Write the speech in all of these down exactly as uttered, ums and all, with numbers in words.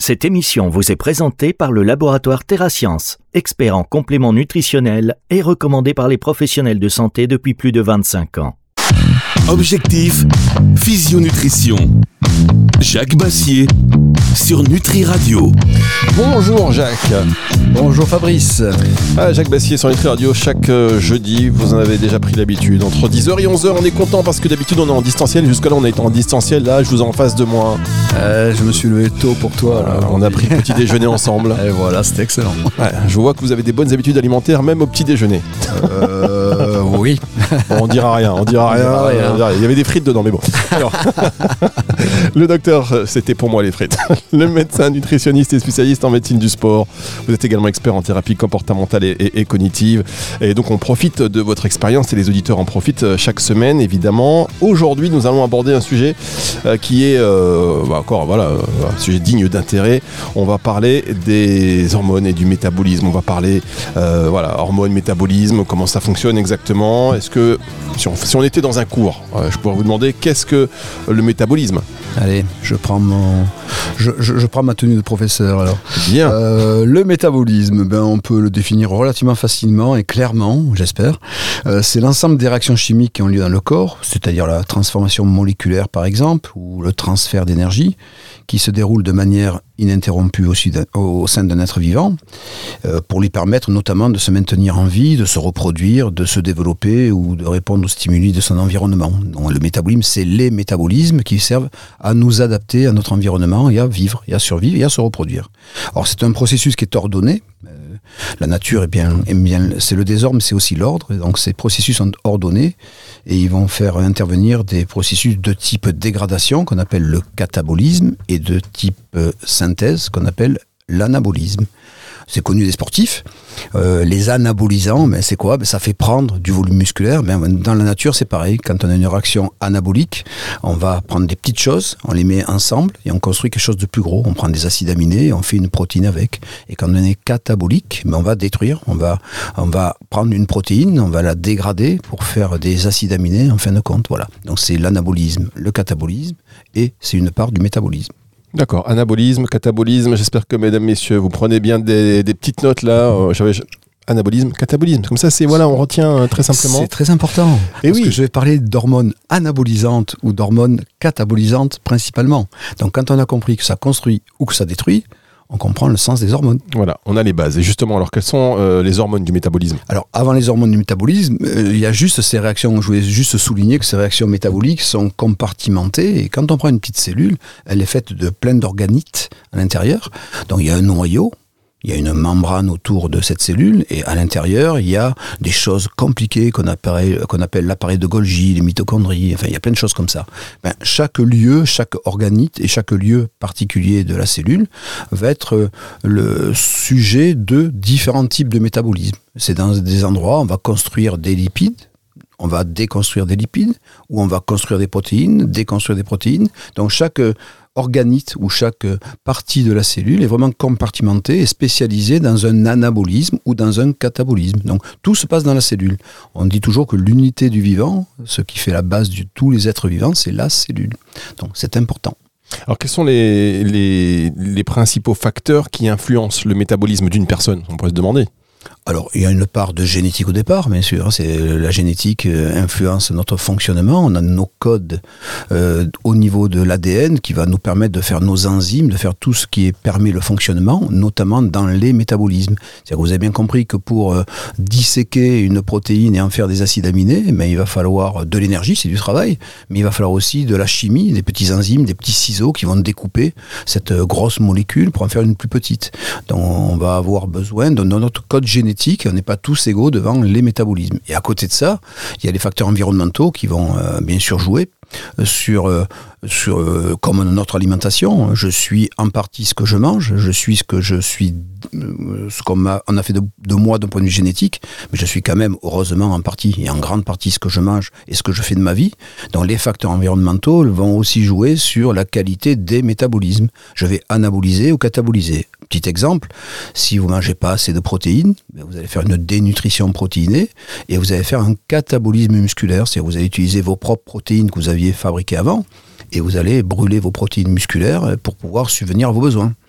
Cette émission vous est présentée par le laboratoire TerraScience, expert en compléments nutritionnels et recommandé par les professionnels de santé depuis plus de vingt-cinq ans. Objectif, Physionutrition. Jacques Bassier sur Nutri Radio. Bonjour Jacques. Bonjour Fabrice. Ah, Jacques Bassier sur Nutri Radio chaque euh, jeudi, vous en avez déjà pris l'habitude. Entre dix heures et onze heures, on est content parce que d'habitude on est en distanciel. Jusque-là on est en distanciel, là je vous en face de moi. Euh, je me suis levé tôt pour toi. Là, on a pris le petit déjeuner ensemble. Et voilà, c'était excellent. Ouais, je vois que vous avez des bonnes habitudes alimentaires même au petit déjeuner. Euh, oui. Bon, on dira rien, on dira rien. On dira rien. On dira rien. Il y avait des frites dedans, mais bon. Alors, le docteur, c'était pour moi les frites. Le médecin nutritionniste et spécialiste en médecine du sport. Vous êtes également expert en thérapie comportementale et, et, et cognitive. Et donc on profite de votre expérience et les auditeurs en profitent chaque semaine, évidemment. Aujourd'hui, nous allons aborder un sujet euh, qui est euh, bah, encore voilà, euh, un sujet digne d'intérêt. On va parler des hormones et du métabolisme. On va parler euh, voilà, hormones, métabolisme, comment ça fonctionne exactement. Est-ce que si on, si on était dans un cours, euh, je pourrais vous demander qu'est-ce que le métabolisme ? Allez, je prends mon, je, je, je prends ma tenue de professeur alors. Bien. Euh, le métabolisme, ben on peut le définir relativement facilement et clairement, j'espère. Euh, c'est l'ensemble des réactions chimiques qui ont lieu dans le corps, c'est-à-dire la transformation moléculaire par exemple ou le transfert d'énergie, qui se déroule de manière ininterrompue aussi au sein d'un être vivant, euh, pour lui permettre notamment de se maintenir en vie, de se reproduire, de se développer ou de répondre aux stimuli de son environnement. Donc, le métabolisme, c'est les métabolismes qui servent à nous adapter à notre environnement et à vivre, et à survivre et à se reproduire. Alors c'est un processus qui est ordonné. Euh, la nature est bien, est bien, c'est le désordre, mais c'est aussi l'ordre. Donc ces processus sont ordonnés et ils vont faire intervenir des processus de type dégradation qu'on appelle le catabolisme et de type euh, synthèse qu'on appelle l'anabolisme. C'est connu des sportifs. Euh, les anabolisants, ben c'est quoi ? Ben ça fait prendre du volume musculaire. Ben dans la nature, c'est pareil. Quand on a une réaction anabolique, on va prendre des petites choses, on les met ensemble et on construit quelque chose de plus gros. On prend des acides aminés, on fait une protéine avec. Et quand on est catabolique, ben on va détruire. On va, on va prendre une protéine, on va la dégrader pour faire des acides aminés en fin de compte. Voilà. Donc c'est l'anabolisme, le catabolisme et c'est une part du métabolisme. D'accord, anabolisme, catabolisme, j'espère que mesdames, messieurs, vous prenez bien des, des petites notes là. Euh, j'avais, anabolisme, catabolisme, comme ça c'est, voilà, on retient euh, très simplement. C'est très important, Et parce oui. que je vais parler d'hormones anabolisantes ou d'hormones catabolisantes principalement. Donc quand on a compris que ça construit ou que ça détruit, on comprend le sens des hormones. Voilà, on a les bases. Et justement, alors quelles sont euh, les hormones du métabolisme ? Alors, avant les hormones du métabolisme, euh, il y a juste ces réactions, je voulais juste souligner que ces réactions métaboliques sont compartimentées. Et quand on prend une petite cellule, elle est faite de plein d'organites à l'intérieur. Donc, il y a un noyau. Il y a une membrane autour de cette cellule et à l'intérieur, il y a des choses compliquées qu'on appelle, qu'on appelle l'appareil de Golgi, les mitochondries, enfin il y a plein de choses comme ça. Ben, chaque lieu, chaque organite et chaque lieu particulier de la cellule va être le sujet de différents types de métabolisme. C'est dans des endroits où on va construire des lipides, on va déconstruire des lipides, ou on va construire des protéines, déconstruire des protéines. Donc chaque organite ou chaque partie de la cellule est vraiment compartimentée et spécialisée dans un anabolisme ou dans un catabolisme. Donc tout se passe dans la cellule. On dit toujours que l'unité du vivant, ce qui fait la base de tous les êtres vivants, c'est la cellule. Donc c'est important. Alors quels sont les, les, les principaux facteurs qui influencent le métabolisme d'une personne ? On pourrait se demander. Alors, il y a une part de génétique au départ, bien sûr. C'est, la génétique influence notre fonctionnement. On a nos codes euh, au niveau de l'A D N qui va nous permettre de faire nos enzymes, de faire tout ce qui permet le fonctionnement, notamment dans les métabolismes. C'est-à-dire que vous avez bien compris que pour euh, disséquer une protéine et en faire des acides aminés, eh bien, il va falloir de l'énergie, c'est du travail, mais il va falloir aussi de la chimie, des petits enzymes, des petits ciseaux qui vont découper cette grosse molécule pour en faire une plus petite. Donc, on va avoir besoin de notre code génétique, on n'est pas tous égaux devant les métabolismes. Et à côté de ça, il y a les facteurs environnementaux qui vont euh, bien sûr jouer sur, euh, sur euh, comme notre alimentation. Je suis en partie ce que je mange, je suis ce que je suis, euh, ce qu'on a, on a fait de, de moi d'un point de vue génétique, mais je suis quand même heureusement en partie et en grande partie ce que je mange et ce que je fais de ma vie. Donc les facteurs environnementaux vont aussi jouer sur la qualité des métabolismes. Je vais anaboliser ou cataboliser. Petit exemple, si vous ne mangez pas assez de protéines, vous allez faire une dénutrition protéinée et vous allez faire un catabolisme musculaire, c'est-à-dire vous allez utiliser vos propres protéines que vous aviez fabriquées avant et vous allez brûler vos protéines musculaires pour pouvoir subvenir à vos besoins.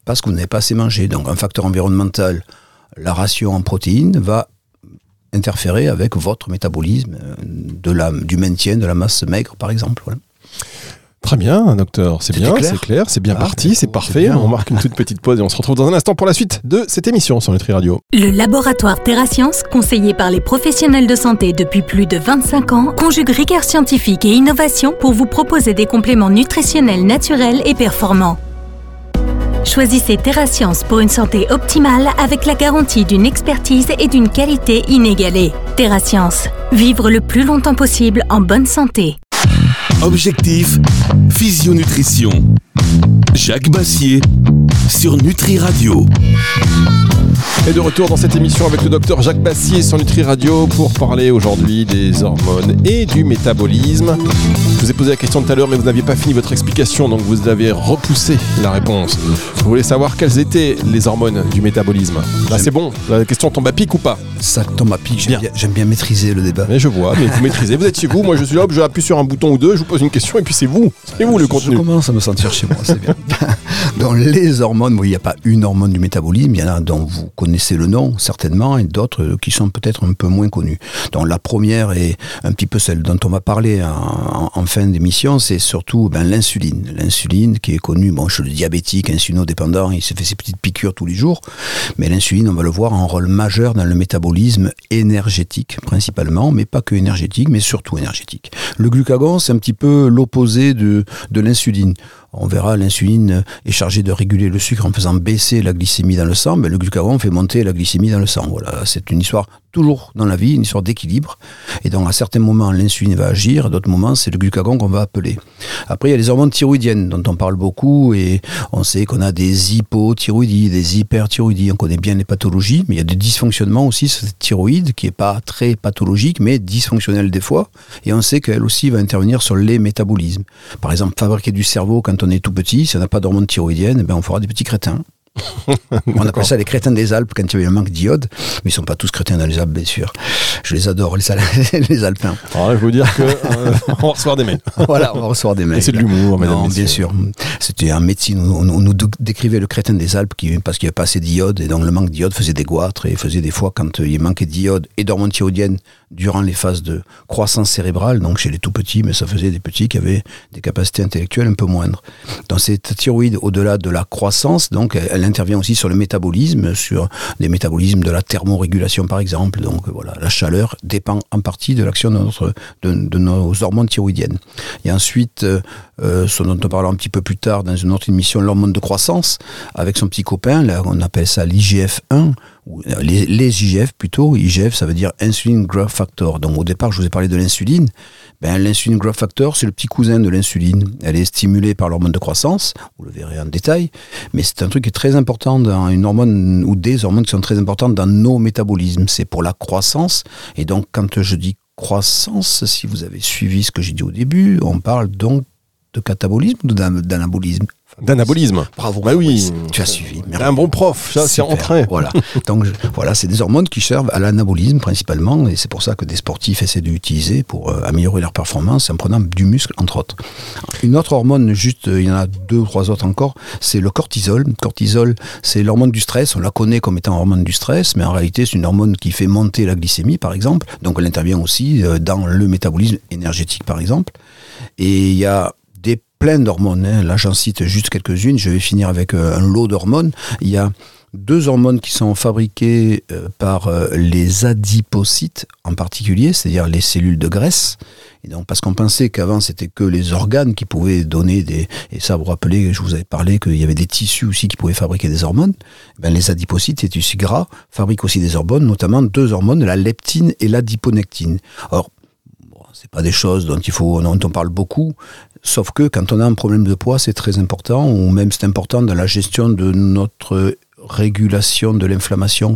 parce que vous n'avez pas assez mangé. Donc un facteur environnemental, la ration en protéines, va interférer avec votre métabolisme de la, du maintien de la masse maigre, par exemple. Voilà. Très bien, docteur, c'est C'était bien, clair c'est clair, c'est bien Ah, parti, c'est c'est parfait. bien. On marque une toute petite pause et on se retrouve dans un instant pour la suite de cette émission sur Nutri Radio. Le laboratoire TerraScience, conseillé par les professionnels de santé depuis plus de vingt-cinq ans, conjugue rigueur scientifique et innovation pour vous proposer des compléments nutritionnels naturels et performants. Choisissez TerraScience pour une santé optimale avec la garantie d'une expertise et d'une qualité inégalée. TerraScience, vivre le plus longtemps possible en bonne santé. Objectif, physionutrition. Jacques Bassier sur Nutri Radio. Et de retour dans cette émission avec le docteur Jacques Bassier sur Nutri Radio pour parler aujourd'hui des hormones et du métabolisme. Je vous ai posé la question tout à l'heure mais vous n'aviez pas fini votre explication donc vous avez repoussé la réponse. Vous voulez savoir quelles étaient les hormones du métabolisme. Là c'est bon, la question tombe à pic ou pas? Ça tombe à pic, j'aime Bien. bien, j'aime bien maîtriser le débat. Mais je vois, mais vous maîtrisez, vous êtes chez vous, moi je suis là, hop, je appuie sur un bouton ou deux, je vous pose une question et puis c'est vous, c'est vous le Je contenu. commence à me sentir chez moi, c'est bien. Dans les hormones, bon, il n'y a pas une hormone du métabolisme, il y en a dont vous connaissez le nom certainement et d'autres qui sont peut-être un peu moins connues. Donc la première est un petit peu celle dont on va parler en, en, en fin d'émission, c'est surtout ben, l'insuline. L'insuline qui est connue, bon, chez le diabétique, insulinodépendant, il se fait ses petites piqûres tous les jours, mais l'insuline, on va le voir, a un rôle majeur dans le métabolisme énergétique principalement, mais pas que énergétique, mais surtout énergétique. Le glucagon, c'est un petit peu l'opposé de, de l'insuline. On verra, l'insuline est chargée de réguler le sucre en faisant baisser la glycémie dans le sang, mais le glucagon fait monter la glycémie dans le sang. Voilà, c'est une histoire toujours dans la vie, une histoire d'équilibre. Et donc à certains moments, l'insuline va agir, à d'autres moments, c'est le glucagon qu'on va appeler. Après, il y a les hormones thyroïdiennes dont on parle beaucoup et on sait qu'on a des hypothyroïdies, des hyperthyroïdies, on connaît bien les pathologies, mais il y a des dysfonctionnements aussi sur cette thyroïde qui n'est pas très pathologique, mais dysfonctionnelle des fois. Et on sait qu'elle aussi va intervenir sur les métabolismes. Par exemple, fabriquer du cerveau quand on est tout petit, si on n'a pas d'hormones thyroïdiennes, eh ben on fera des petits crétins. On appelle ça les crétins des Alpes quand il y a un manque d'iode, mais ils ne sont pas tous crétins dans les Alpes, bien sûr. Je les adore, les, Al- les Alpins. Alors là, je vais vous dire que euh, on va recevoir des mails. Voilà, on va recevoir des mails. Et c'est de l'humour, mesdames, Non, messieurs. bien sûr. C'était en médecine, on, on nous décrivait le crétin des Alpes qui, parce qu'il n'y avait pas assez d'iode, et donc le manque d'iode faisait des goitres, et faisait des fois, quand il manquait d'iode et d'hormones thyroïdiennes durant les phases de croissance cérébrale, donc chez les tout petits, mais ça faisait des petits qui avaient des capacités intellectuelles un peu moindres. Donc cette thyroïde, au-delà de la croissance, donc elle, elle intervient aussi sur le métabolisme, sur des métabolismes de la thermorégulation par exemple. Donc voilà, la chaleur dépend en partie de l'action de, notre, de, de nos hormones thyroïdiennes. Et ensuite, euh, ce dont on parlera un petit peu plus tard dans une autre émission, l'hormone de croissance, avec son petit copain, là, on appelle ça l'I G F un, ou les, les I G F plutôt. I G F, ça veut dire Insulin Growth Factor. Donc au départ, je vous ai parlé de l'insuline. Ben, l'insuline growth factor, c'est le petit cousin de l'insuline. Elle est stimulée par l'hormone de croissance, vous le verrez en détail, mais c'est un truc qui est très important dans une hormone, ou des hormones qui sont très importantes dans nos métabolismes. C'est pour la croissance, et donc quand je dis croissance, si vous avez suivi ce que j'ai dit au début, on parle donc de catabolisme ou d'anabolisme? D'anabolisme. Bravo, Bah oui. tu as suivi. T'es un bon prof, ça c'est Super. entrain. Voilà. Donc je- voilà, c'est des hormones qui servent à l'anabolisme principalement, et c'est pour ça que des sportifs essaient de l'utiliser pour euh, améliorer leur performance en prenant du muscle entre autres. Une autre hormone, juste, euh, il y en a deux ou trois autres encore, c'est le cortisol. Le cortisol, c'est l'hormone du stress. On la connaît comme étant hormone du stress, mais en réalité c'est une hormone qui fait monter la glycémie par exemple. Donc elle intervient aussi euh, dans le métabolisme énergétique par exemple. Et il y a des plein d'hormones, hein. Là j'en cite juste quelques-unes, je vais finir avec euh, un lot d'hormones. Il y a deux hormones qui sont fabriquées euh, par euh, les adipocytes en particulier, c'est-à-dire les cellules de graisse. Et donc, parce qu'on pensait qu'avant c'était que les organes qui pouvaient donner des... Et ça, vous vous rappelez, je vous avais parlé qu'il y avait des tissus aussi qui pouvaient fabriquer des hormones. Ben, les adipocytes, ces tissus gras, fabriquent aussi des hormones, notamment deux hormones, la leptine et l'adiponectine. Or, c'est pas des choses dont il faut, dont on parle beaucoup, sauf que quand on a un problème de poids, c'est très important, ou même c'est important dans la gestion de notre régulation de l'inflammation.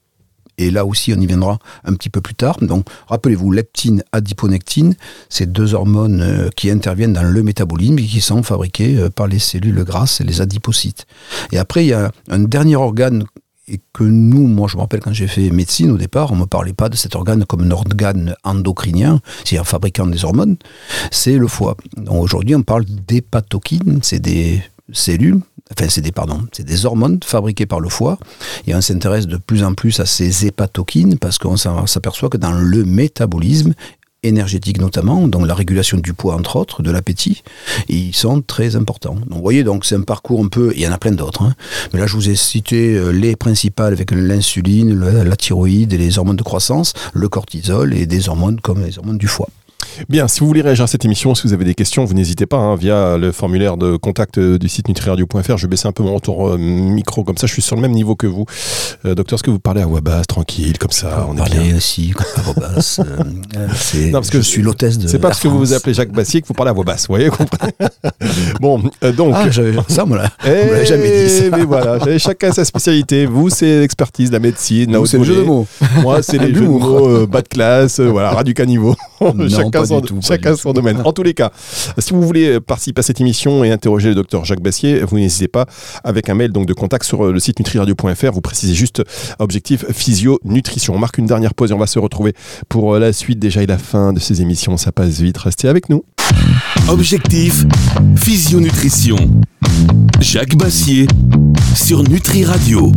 Et là aussi, on y viendra un petit peu plus tard. Donc, rappelez-vous, leptine, adiponectine, c'est deux hormones qui interviennent dans le métabolisme et qui sont fabriquées par les cellules grasses, les adipocytes. Et après, il y a un dernier organe et que nous, moi je me rappelle quand j'ai fait médecine au départ, on ne me parlait pas de cet organe comme un organe endocrinien, c'est un fabricant des hormones, c'est le foie. Donc aujourd'hui on parle d'hépatokines, c'est des cellules, enfin c'est des, pardon, c'est des hormones fabriquées par le foie, et on s'intéresse de plus en plus à ces hépatokines parce qu'on s'aperçoit que dans le métabolisme, énergétique notamment, donc la régulation du poids entre autres, de l'appétit, ils sont très importants. Donc vous voyez, donc c'est un parcours un peu, il y en a plein d'autres, hein. Mais là je vous ai cité les principales avec l'insuline, la thyroïde et les hormones de croissance, le cortisol et des hormones comme les hormones du foie. Bien, si vous voulez réagir à cette émission, si vous avez des questions, vous n'hésitez pas hein, via le formulaire de contact du site nutriradio point f r. Je vais baisser un peu mon retour euh, micro, comme ça je suis sur le même niveau que vous. Euh, docteur, est-ce que vous parlez à voix basse, tranquille, comme ça on, on est bien aussi à voix basse. euh, c'est, non, parce que je suis l'hôtesse de c'est pas parce que vous vous appelez Jacques Bassier que vous parlez à voix basse, vous voyez. Bon, euh, donc... Ah, j'avais ça, moi, là. On me l'a jamais dit, ça. Mais voilà, chacun sa spécialité. Vous, c'est l'expertise, la médecine, la haute c'est le jeu de mots. Moi, c'est les jeux de mots, euh, bas de classe, euh, voilà, ras du caniveau. Non, chacun pas son, du tout, chacun son domaine. En tous les cas, si vous voulez participer à cette émission et interroger le docteur Jacques Bassier, vous n'hésitez pas avec un mail donc de contact sur le site nutriradio point f r. Vous précisez juste objectif physio nutrition. On marque une dernière pause et on va se retrouver pour la suite déjà et la fin de ces émissions. Ça passe vite. Restez avec nous. Objectif physio nutrition. Jacques Bassier sur Nutri Radio.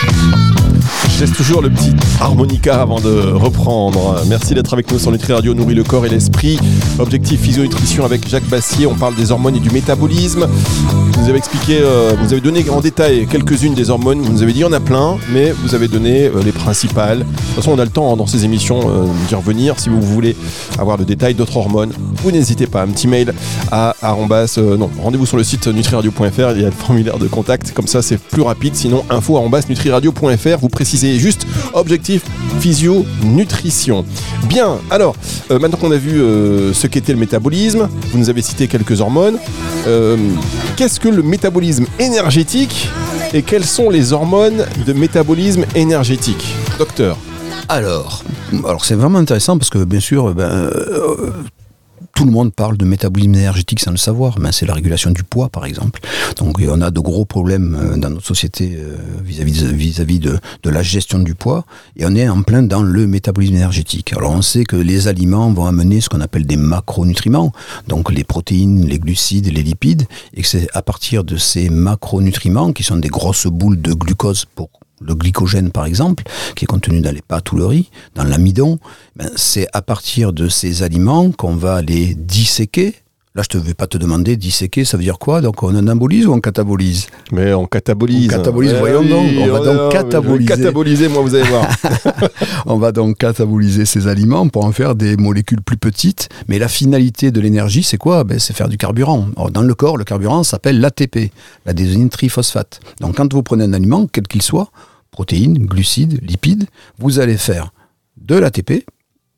Je laisse toujours le petit harmonica avant de reprendre. Merci d'être avec nous sur Nutri Radio, nourrit le corps et l'esprit. Objectif physio-nutrition avec Jacques Bassier. On parle des hormones et du métabolisme. Vous nous avez expliqué, euh, vous avez donné en détail quelques-unes des hormones. Vous nous avez dit il y en a plein, mais vous avez donné euh, les principales. De toute façon, on a le temps hein, dans ces émissions euh, d'y revenir. Si vous voulez avoir le détail d'autres hormones, vous n'hésitez pas. Un petit mail à arrobas, euh, non, rendez-vous sur le site nutriradio point f r. Il y a le formulaire de contact. Comme ça, c'est plus rapide. Sinon, info arobase nutriradio point f r. Vous précisez juste objectif physio nutrition. Bien, alors euh, maintenant qu'on a vu euh, ce qu'était le métabolisme, vous nous avez cité quelques hormones. Euh, qu'est-ce que le métabolisme énergétique et quelles sont les hormones de métabolisme énergétique, docteur? Alors, alors c'est vraiment intéressant parce que bien sûr, ben, euh, tout le monde parle de métabolisme énergétique sans le savoir, mais c'est la régulation du poids par exemple. Donc on a de gros problèmes dans notre société vis-à-vis de, vis-à-vis de, de la gestion du poids, et on est en plein dans le métabolisme énergétique. Alors on sait que les aliments vont amener ce qu'on appelle des macronutriments, donc les protéines, les glucides, les lipides, et que c'est à partir de ces macronutriments, qui sont des grosses boules de glucose pour le glycogène par exemple, qui est contenu dans les pâtes ou le riz, dans l'amidon, ben, c'est à partir de ces aliments qu'on va les disséquer. Là, je ne vais pas te demander, disséquer, ça veut dire quoi? Donc, on anabolise ou on catabolise? Mais on catabolise. On catabolise, ouais, voyons oui, donc. On va oh, donc non, cataboliser. Cataboliser, moi, vous allez voir. On va donc cataboliser ces aliments pour en faire des molécules plus petites. Mais la finalité de l'énergie, c'est quoi? Ben, c'est faire du carburant. Alors, dans le corps, le carburant s'appelle l'A T P, l'adénosine triphosphate. Donc, quand vous prenez un aliment, quel qu'il soit, protéines, glucides, lipides, vous allez faire de l'A T P,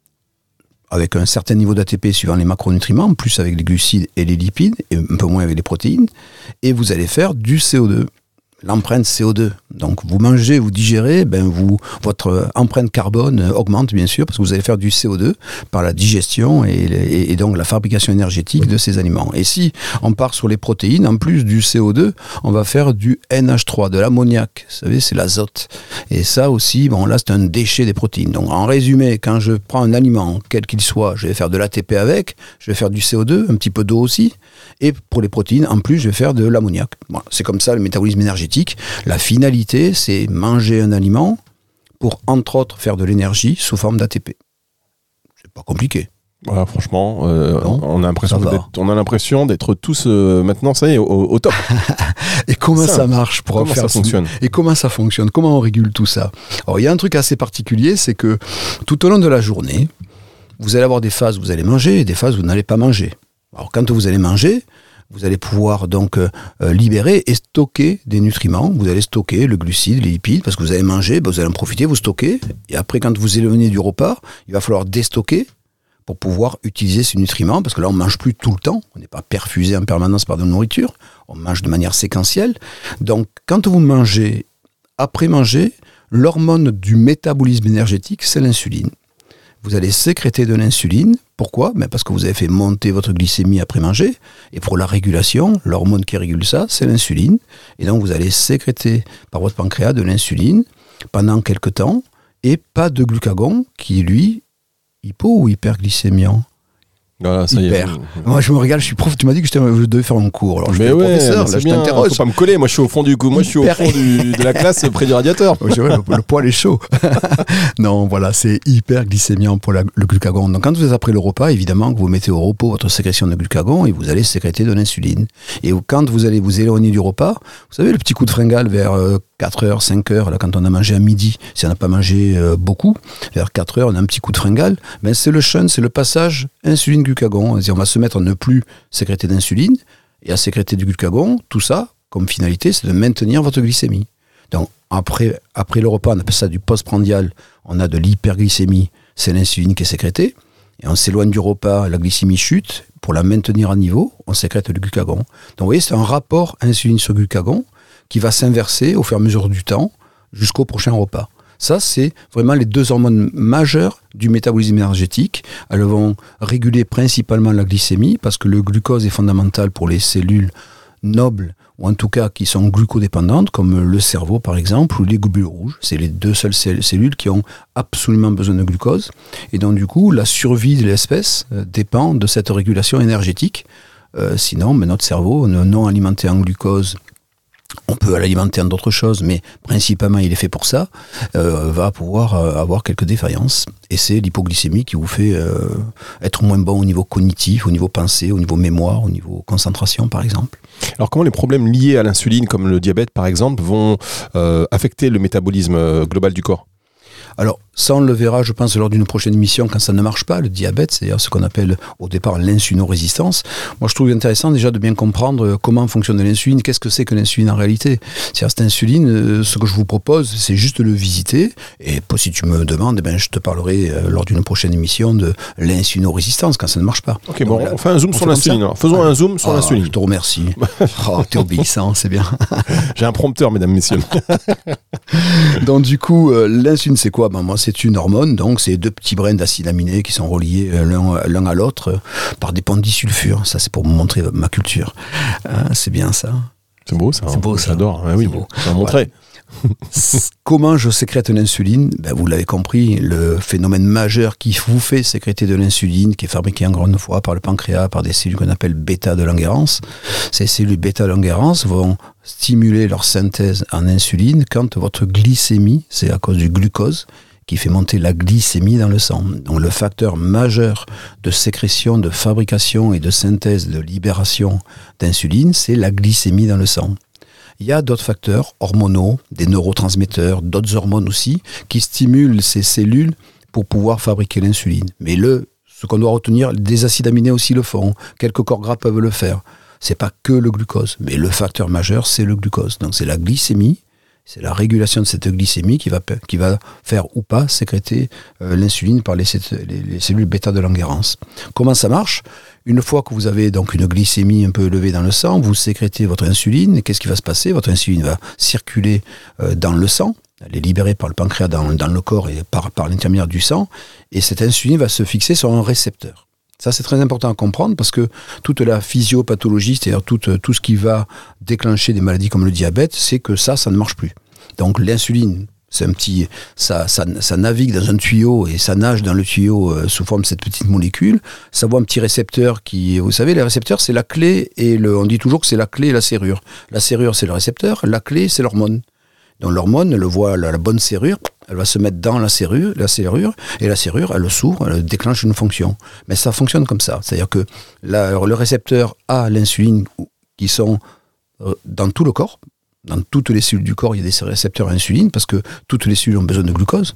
avec un certain niveau d'A T P suivant les macronutriments, plus avec les glucides et les lipides, et un peu moins avec les protéines, et vous allez faire du C O deux, l'empreinte C O deux. Donc vous mangez, vous digérez, ben vous, votre empreinte carbone augmente bien sûr, parce que vous allez faire du C O deux par la digestion et, et, et donc la fabrication énergétique de ces aliments. Et si on part sur les protéines, en plus du C O deux, on va faire du N H trois, de l'ammoniac, vous savez, c'est l'azote. Et ça aussi, bon là c'est un déchet des protéines. Donc en résumé, quand je prends un aliment, quel qu'il soit, je vais faire de l'A T P avec, je vais faire du C O deux, un petit peu d'eau aussi, et pour les protéines, en plus, je vais faire de l'ammoniac. Voilà, c'est comme ça le métabolisme énergétique. La finalité, c'est manger un aliment pour, entre autres, faire de l'énergie sous forme d'A T P. C'est pas compliqué. Voilà, franchement, euh, non, on a l'impression d'être, on a l'impression d'être tous euh, maintenant, ça y est, au, au top. Et comment ça, ça marche pour comment faire ça fonctionne Et comment ça fonctionne? Comment on régule tout ça? Alors, il y a un truc assez particulier, c'est que tout au long de la journée, vous allez avoir des phases où vous allez manger et des phases où vous n'allez pas manger. Alors, quand vous allez manger, vous allez pouvoir donc euh, libérer et stocker des nutriments. Vous allez stocker le glucide, les lipides, parce que vous allez manger, ben vous allez en profiter, vous stockez. Et après, quand vous éloignez du repas, il va falloir déstocker pour pouvoir utiliser ces nutriments, parce que là, on ne mange plus tout le temps. On n'est pas perfusé en permanence par de la nourriture. On mange de manière séquentielle. Donc, quand vous mangez, après manger, l'hormone du métabolisme énergétique, c'est l'insuline. Vous allez sécréter de l'insuline. Pourquoi? Ben parce que vous avez fait monter votre glycémie après manger. Et pour la régulation, l'hormone qui régule ça, c'est l'insuline. Et donc, vous allez sécréter par votre pancréas de l'insuline pendant quelques temps. Et pas de glucagon qui, lui, hypo ou hyperglycémiant? Voilà, ça Hyper. y est. Moi, je me régale, je suis prof. Tu m'as dit que je devais faire un cours. Alors, je mais suis ouais, professeur, c'est là, je bien. t'interroge. Faut pas me coller. Moi, je suis au fond du coup. Moi, je suis au Hyper. fond du, de la classe, près du radiateur. Ouais, le, le poil est chaud. Non, voilà, c'est hyper glycémiant pour la, le glucagon. Donc, quand vous êtes après le repas, évidemment, que vous mettez au repos votre sécrétion de glucagon et vous allez sécréter de l'insuline. Et quand vous allez vous éloigner du repas, vous savez, le petit coup de fringale vers euh, quatre heures, cinq heures, là, quand on a mangé à midi, si on n'a pas mangé euh, beaucoup, vers quatre heures, on a un petit coup de fringale, ben, c'est le shunt, c'est le passage insuline-glucagon. On va se mettre à ne plus sécréter d'insuline et à sécréter du glucagon. Tout ça, comme finalité, c'est de maintenir votre glycémie. Donc, après, après le repas, on appelle ça du postprandial, on a de l'hyperglycémie, c'est l'insuline qui est sécrétée, et on s'éloigne du repas, la glycémie chute, pour la maintenir à niveau, on sécrète du glucagon. Donc, vous voyez, c'est un rapport insuline sur glucagon qui va s'inverser au fur et à mesure du temps jusqu'au prochain repas. Ça, c'est vraiment les deux hormones majeures du métabolisme énergétique. Elles vont réguler principalement la glycémie, parce que le glucose est fondamental pour les cellules nobles, ou en tout cas qui sont glucodépendantes, comme le cerveau par exemple, ou les globules rouges. C'est les deux seules cellules qui ont absolument besoin de glucose. Et donc du coup, la survie de l'espèce dépend de cette régulation énergétique. Euh, sinon, mais notre cerveau, non alimenté en glucose, on peut l'alimenter en d'autres choses, mais principalement il est fait pour ça, euh, va pouvoir euh, avoir quelques défaillances. Et c'est l'hypoglycémie qui vous fait euh, être moins bon au niveau cognitif, au niveau pensée, au niveau mémoire, au niveau concentration par exemple. Alors comment les problèmes liés à l'insuline, comme le diabète par exemple, vont euh, affecter le métabolisme global du corps ? Alors, ça on le verra, je pense, lors d'une prochaine émission, quand ça ne marche pas, le diabète, c'est-à-dire ce qu'on appelle au départ l'insulinorésistance. Moi, je trouve intéressant déjà de bien comprendre comment fonctionne l'insuline, qu'est-ce que c'est que l'insuline en réalité. C'est-à-dire, cette insuline, ce que je vous propose, c'est juste de le visiter, et si tu me demandes, eh ben, je te parlerai euh, lors d'une prochaine émission de l'insulinorésistance, quand ça ne marche pas. Ok, Donc, bon, là, on fait un zoom on sur fait l'insuline. comme ça. Alors, faisons ah, un zoom sur ah, l'insuline. Je te remercie. Oh, t'es obéissant, c'est bien. J'ai un prompteur, mesdames, messieurs. Donc du coup, euh, l'insuline c'est quoi? Ben, moi c'est une hormone, donc c'est deux petits brins d'acides aminés qui sont reliés euh, l'un, l'un à l'autre euh, par des ponts disulfure. Ça c'est pour me montrer ma culture. Hein, c'est bien ça. C'est beau ça. C'est hein. beau ça. J'adore. Ouais, oui, C'est beau. ça va montrer. Comment je sécrète l'insuline? Ben, vous l'avez compris, le phénomène majeur qui vous fait sécréter de l'insuline, qui est fabriquée encore une fois par le pancréas, par des cellules qu'on appelle bêta de Langerhans. Ces cellules bêta de Langerhans vont stimuler leur synthèse en insuline quand votre glycémie, c'est à cause du glucose, qui fait monter la glycémie dans le sang. Donc le facteur majeur de sécrétion, de fabrication et de synthèse, de libération d'insuline, c'est la glycémie dans le sang. Il y a d'autres facteurs hormonaux, des neurotransmetteurs, d'autres hormones aussi, qui stimulent ces cellules pour pouvoir fabriquer l'insuline. Mais le, ce qu'on doit retenir, des acides aminés aussi le font, quelques corps gras peuvent le faire. C'est pas que le glucose, mais le facteur majeur, c'est le glucose. Donc c'est la glycémie, c'est la régulation de cette glycémie qui va, qui va faire ou pas sécréter euh, l'insuline par les, les, les cellules bêta de Langerhans. Comment ça marche? Une fois que vous avez donc une glycémie un peu élevée dans le sang, vous sécrétez votre insuline. Et qu'est-ce qui va se passer? Votre insuline va circuler euh, dans le sang, elle est libérée par le pancréas dans, dans le corps et par, par l'intermédiaire du sang, et cette insuline va se fixer sur un récepteur. Ça, c'est très important à comprendre parce que toute la physiopathologie, c'est-à-dire tout, tout ce qui va déclencher des maladies comme le diabète, c'est que ça, ça ne marche plus. Donc l'insuline, c'est un petit, ça, ça, ça navigue dans un tuyau et ça nage dans le tuyau euh, sous forme de cette petite molécule. Ça voit un petit récepteur qui, vous savez, les récepteurs, c'est la clé et le, on dit toujours que c'est la clé et la serrure. La serrure, c'est le récepteur, la clé, c'est l'hormone. Donc l'hormone, elle voit la, la bonne serrure, elle va se mettre dans la serrure, la serrure, et la serrure, elle s'ouvre, elle déclenche une fonction. Mais ça fonctionne comme ça. C'est-à-dire que la, le récepteur a l'insuline qui sont euh, dans tout le corps. Dans toutes les cellules du corps, il y a des récepteurs à insuline parce que toutes les cellules ont besoin de glucose.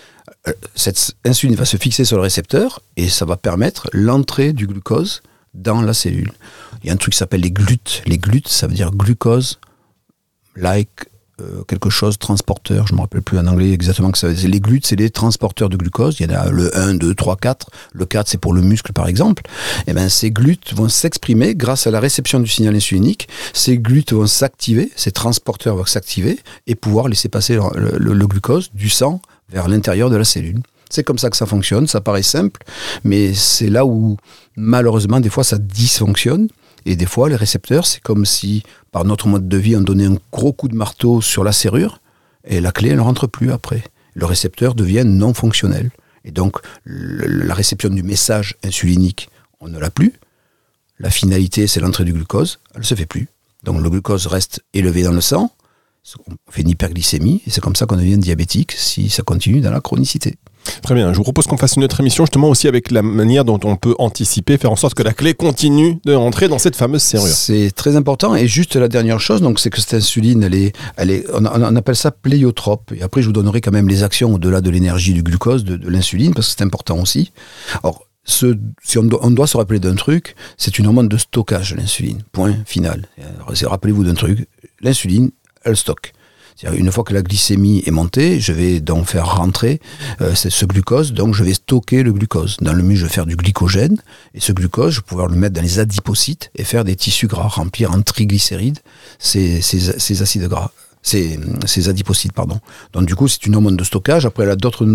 Cette insuline va se fixer sur le récepteur et ça va permettre l'entrée du glucose dans la cellule. Il y a un truc qui s'appelle les glutes. Les glutes, ça veut dire glucose, like, euh, quelque chose, transporteur. Je ne me rappelle plus en anglais exactement que ça veut dire. Les glutes, c'est les transporteurs de glucose. Il y en a le un, deux, trois, quatre. Le quatre, c'est pour le muscle, par exemple. Et bien, ces glutes vont s'exprimer grâce à la réception du signal insulinique. Ces glutes vont s'activer, ces transporteurs vont s'activer et pouvoir laisser passer le, le, le glucose du sang vers l'intérieur de la cellule. C'est comme ça que ça fonctionne. Ça paraît simple, mais c'est là où, malheureusement, des fois, ça dysfonctionne. Et des fois, les récepteurs, c'est comme si, par notre mode de vie, on donnait un gros coup de marteau sur la serrure et la clé, elle ne rentre plus après. Le récepteur devient non fonctionnel. Et donc, le, la réception du message insulinique, on ne l'a plus. La finalité, c'est l'entrée du glucose, elle ne se fait plus. Donc le glucose reste élevé dans le sang, on fait une hyperglycémie, et c'est comme ça qu'on devient diabétique si ça continue dans la chronicité. Très bien, je vous propose qu'on fasse une autre émission justement aussi avec la manière dont on peut anticiper, faire en sorte que la clé continue de rentrer dans cette fameuse serrure. C'est très important, et juste la dernière chose, donc, c'est que cette insuline, elle est, elle est, on, on appelle ça pléiotrope, et après je vous donnerai quand même les actions au-delà de l'énergie du glucose, de, de l'insuline, parce que c'est important aussi. Alors, Ce, si on doit, on doit se rappeler d'un truc, c'est une hormone de stockage, l'insuline. Point final. Rappelez-vous d'un truc, l'insuline, elle stocke. C'est-à-dire, une fois que la glycémie est montée, je vais donc faire rentrer euh, ce glucose, donc je vais stocker le glucose. Dans le muscle, je vais faire du glycogène, et ce glucose, je vais pouvoir le mettre dans les adipocytes et faire des tissus gras, remplir en triglycérides ces, ces, ces acides gras. Ces, ces adipocytes, pardon. Donc du coup, c'est une hormone de stockage. Après, elle a d'autres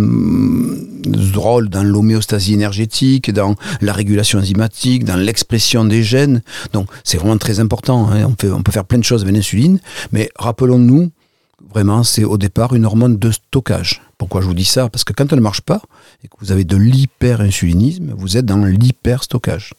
mm, rôles dans l'homéostasie énergétique, dans la régulation enzymatique, dans l'expression des gènes. Donc c'est vraiment très important. Hein. On, fait, on peut faire plein de choses avec l'insuline, mais rappelons-nous, vraiment, c'est au départ une hormone de stockage. Pourquoi je vous dis ça ? Parce que quand elle ne marche pas, et que vous avez de l'hyperinsulinisme, vous êtes dans l'hyperstockage.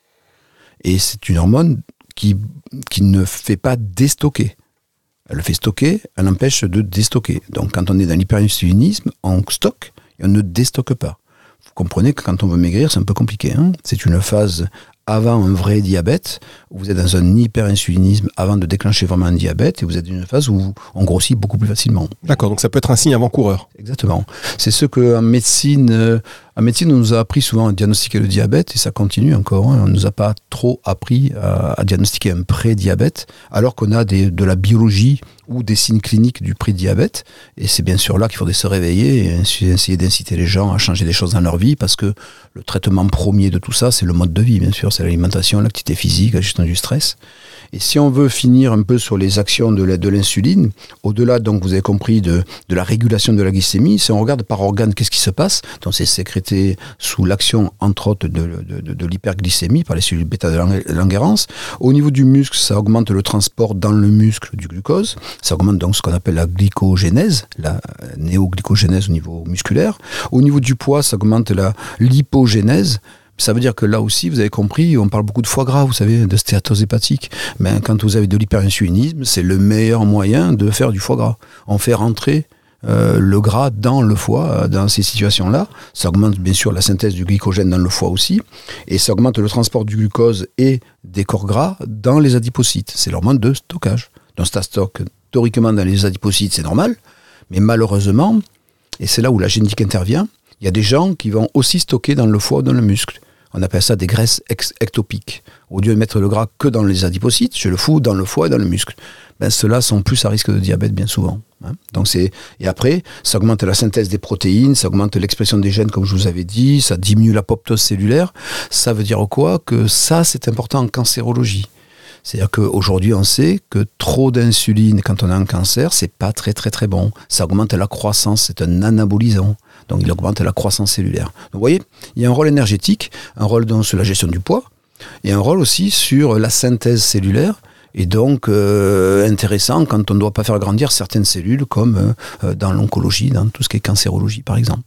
Et c'est une hormone qui, qui ne fait pas déstocker. Elle le fait stocker, elle empêche de déstocker. Donc quand on est dans l'hyperinsulinisme, on stocke et on ne déstocke pas. Vous comprenez que quand on veut maigrir, c'est un peu compliqué. Hein, c'est une phase avant un vrai diabète, où vous êtes dans un hyperinsulinisme avant de déclencher vraiment un diabète, et vous êtes dans une phase où on grossit beaucoup plus facilement. D'accord, donc ça peut être un signe avant-coureur. Exactement. C'est ce qu'en médecine, euh, en médecine, on nous a appris souvent à diagnostiquer le diabète, et ça continue encore. Hein, on ne nous a pas trop appris à, à diagnostiquer un pré-diabète, alors qu'on a des, de la biologie ou des signes cliniques du pré-diabète, et c'est bien sûr là qu'il faudrait se réveiller et essayer d'inciter les gens à changer des choses dans leur vie, parce que le traitement premier de tout ça, c'est le mode de vie, bien sûr, c'est l'alimentation, l'activité physique, la gestion du stress. Et si on veut finir un peu sur les actions de, la, de l'insuline, au-delà, donc vous avez compris, de, de la régulation de la glycémie, si on regarde par organe qu'est-ce qui se passe, donc c'est sécrété sous l'action, entre autres, de, de, de, de l'hyperglycémie par les cellules bêta de Langerhans. Au niveau du muscle, ça augmente le transport dans le muscle du glucose, ça augmente donc ce qu'on appelle la glycogénèse, la néoglycogénèse au niveau musculaire. Au niveau du poids, ça augmente la lipogénèse. Ça veut dire que là aussi, vous avez compris, on parle beaucoup de foie gras, vous savez, de stéatose hépatique. Mais quand vous avez de l'hyperinsulinisme, c'est le meilleur moyen de faire du foie gras. On fait rentrer euh, le gras dans le foie, dans ces situations-là. Ça augmente bien sûr la synthèse du glycogène dans le foie aussi. Et ça augmente le transport du glucose et des corps gras dans les adipocytes. C'est l'hormone de stockage. Donc ça stocke théoriquement dans les adipocytes, c'est normal. Mais malheureusement, et c'est là où la génétique intervient, il y a des gens qui vont aussi stocker dans le foie ou dans le muscle. On appelle ça des graisses ex- ectopiques. Au lieu de mettre le gras que dans les adipocytes, je le fous dans le foie et dans le muscle. Ben, ceux-là sont plus à risque de diabète bien souvent. Hein. Donc c'est... Et après, ça augmente la synthèse des protéines, ça augmente l'expression des gènes, comme je vous avais dit, ça diminue l'apoptose cellulaire. Ça veut dire quoi ? Que ça, c'est important en cancérologie. C'est-à-dire qu'aujourd'hui, on sait que trop d'insuline, quand on a un cancer, c'est pas très très très bon. Ça augmente la croissance, c'est un anabolisant. Donc il augmente la croissance cellulaire. Donc vous voyez, il y a un rôle énergétique, un rôle donc sur la gestion du poids, et un rôle aussi sur la synthèse cellulaire, et donc euh, intéressant quand on ne doit pas faire grandir certaines cellules, comme euh, dans l'oncologie, dans tout ce qui est cancérologie par exemple.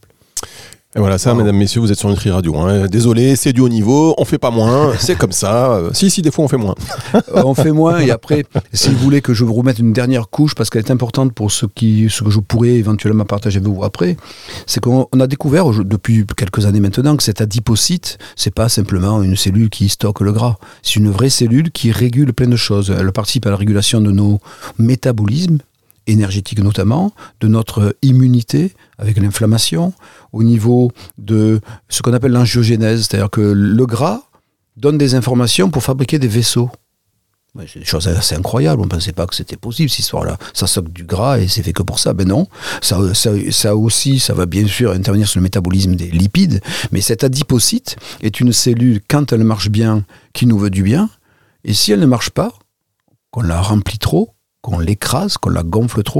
Et voilà, ça, mesdames, messieurs, vous êtes sur Nutri Radio. Hein. Désolé, c'est du haut niveau, on fait pas moins, c'est comme ça. Euh, si, si, des fois, on fait moins. euh, on fait moins, et après, si vous voulez que je vous remette une dernière couche, parce qu'elle est importante pour ce, qui, ce que je pourrais éventuellement partager avec vous après, c'est qu'on on a découvert depuis quelques années maintenant que cet adipocyte, c'est pas simplement une cellule qui stocke le gras. C'est une vraie cellule qui régule plein de choses. Elle participe à la régulation de nos métabolismes, énergétique notamment, de notre immunité avec l'inflammation, au niveau de ce qu'on appelle l'angiogénèse, c'est-à-dire que le gras donne des informations pour fabriquer des vaisseaux. C'est des choses assez incroyables, on ne pensait pas que c'était possible cette histoire-là. Ça stocke du gras et c'est fait que pour ça. Ben non, ça, ça, ça aussi, ça va bien sûr intervenir sur le métabolisme des lipides, mais cet adipocyte est une cellule, quand elle marche bien, qui nous veut du bien, et si elle ne marche pas, qu'on la remplit trop, qu'on l'écrase, qu'on la gonfle trop,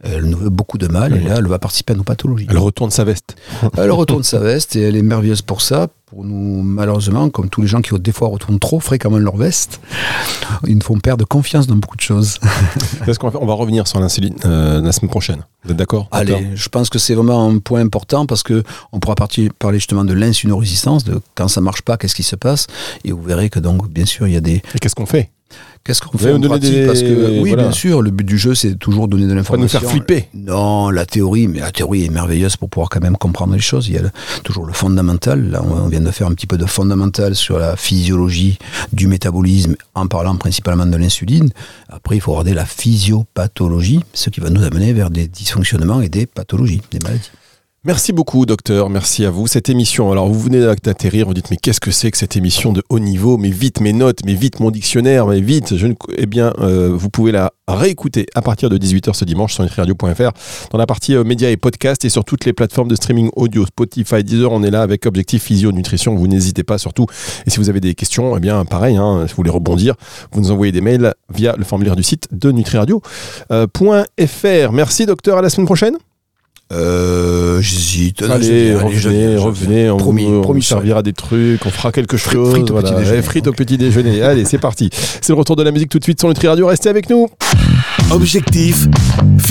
Elle nous veut beaucoup de mal, et là, elle va participer à nos pathologies. Elle retourne sa veste. Elle retourne sa veste, et elle est merveilleuse pour ça. Pour nous, malheureusement, comme tous les gens qui, des fois, retournent trop fréquemment leur veste, ils nous font perdre confiance dans beaucoup de choses. Qu'est-ce qu'on va faire ? On va revenir sur l'insuline euh, la semaine prochaine. Vous êtes d'accord ? Allez, d'accord. Je pense que c'est vraiment un point important parce qu'on pourra partir, parler justement de l'insulinorésistance, de quand ça ne marche pas, qu'est-ce qui se passe. Et vous verrez que, donc, bien sûr, il y a des... Et qu'est-ce qu'on fait ? Qu'est-ce qu'on fait en pratique des... Parce que, oui, voilà. Bien sûr, le but du jeu, c'est toujours donner de l'information. Pas nous faire flipper. Non, la théorie, mais la théorie est merveilleuse pour pouvoir quand même comprendre les choses. Il y a le, toujours le fondamental. Là, on vient de faire un petit peu de fondamental sur la physiologie du métabolisme, en parlant principalement de l'insuline. Après, il faut regarder la physiopathologie, ce qui va nous amener vers des dysfonctionnements et des pathologies, des maladies. Merci beaucoup, docteur. Merci à vous. Cette émission, alors vous venez d'atterrir, vous dites, mais qu'est-ce que c'est que cette émission de haut niveau ? Mais vite mes notes, mais vite mon dictionnaire, mais vite. Je ne... Eh bien, euh, vous pouvez la réécouter à partir de dix-huit heures ce dimanche sur nutri radio point f r dans la partie euh, médias et podcasts et sur toutes les plateformes de streaming audio, Spotify, Deezer. On est là avec Objectif Physio Nutrition. Vous n'hésitez pas surtout. Et si vous avez des questions, eh bien, pareil, hein, si vous voulez rebondir, vous nous envoyez des mails via le formulaire du site de nutri radio point f r. Merci, docteur. À la semaine prochaine. Euh, j'hésite. Allez, allez, revenez, revenez, on, promis, vous, on promis vous servira des trucs, on fera quelque chose. Frites au, voilà. petit déjeuner. Frites au petit déjeuner. Allez, c'est parti. C'est le retour de la musique tout de suite sur Nutri Radio. Restez avec nous. Objectif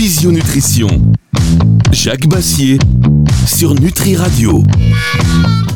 Physionutrition. Jacques Bassier sur Nutri Radio.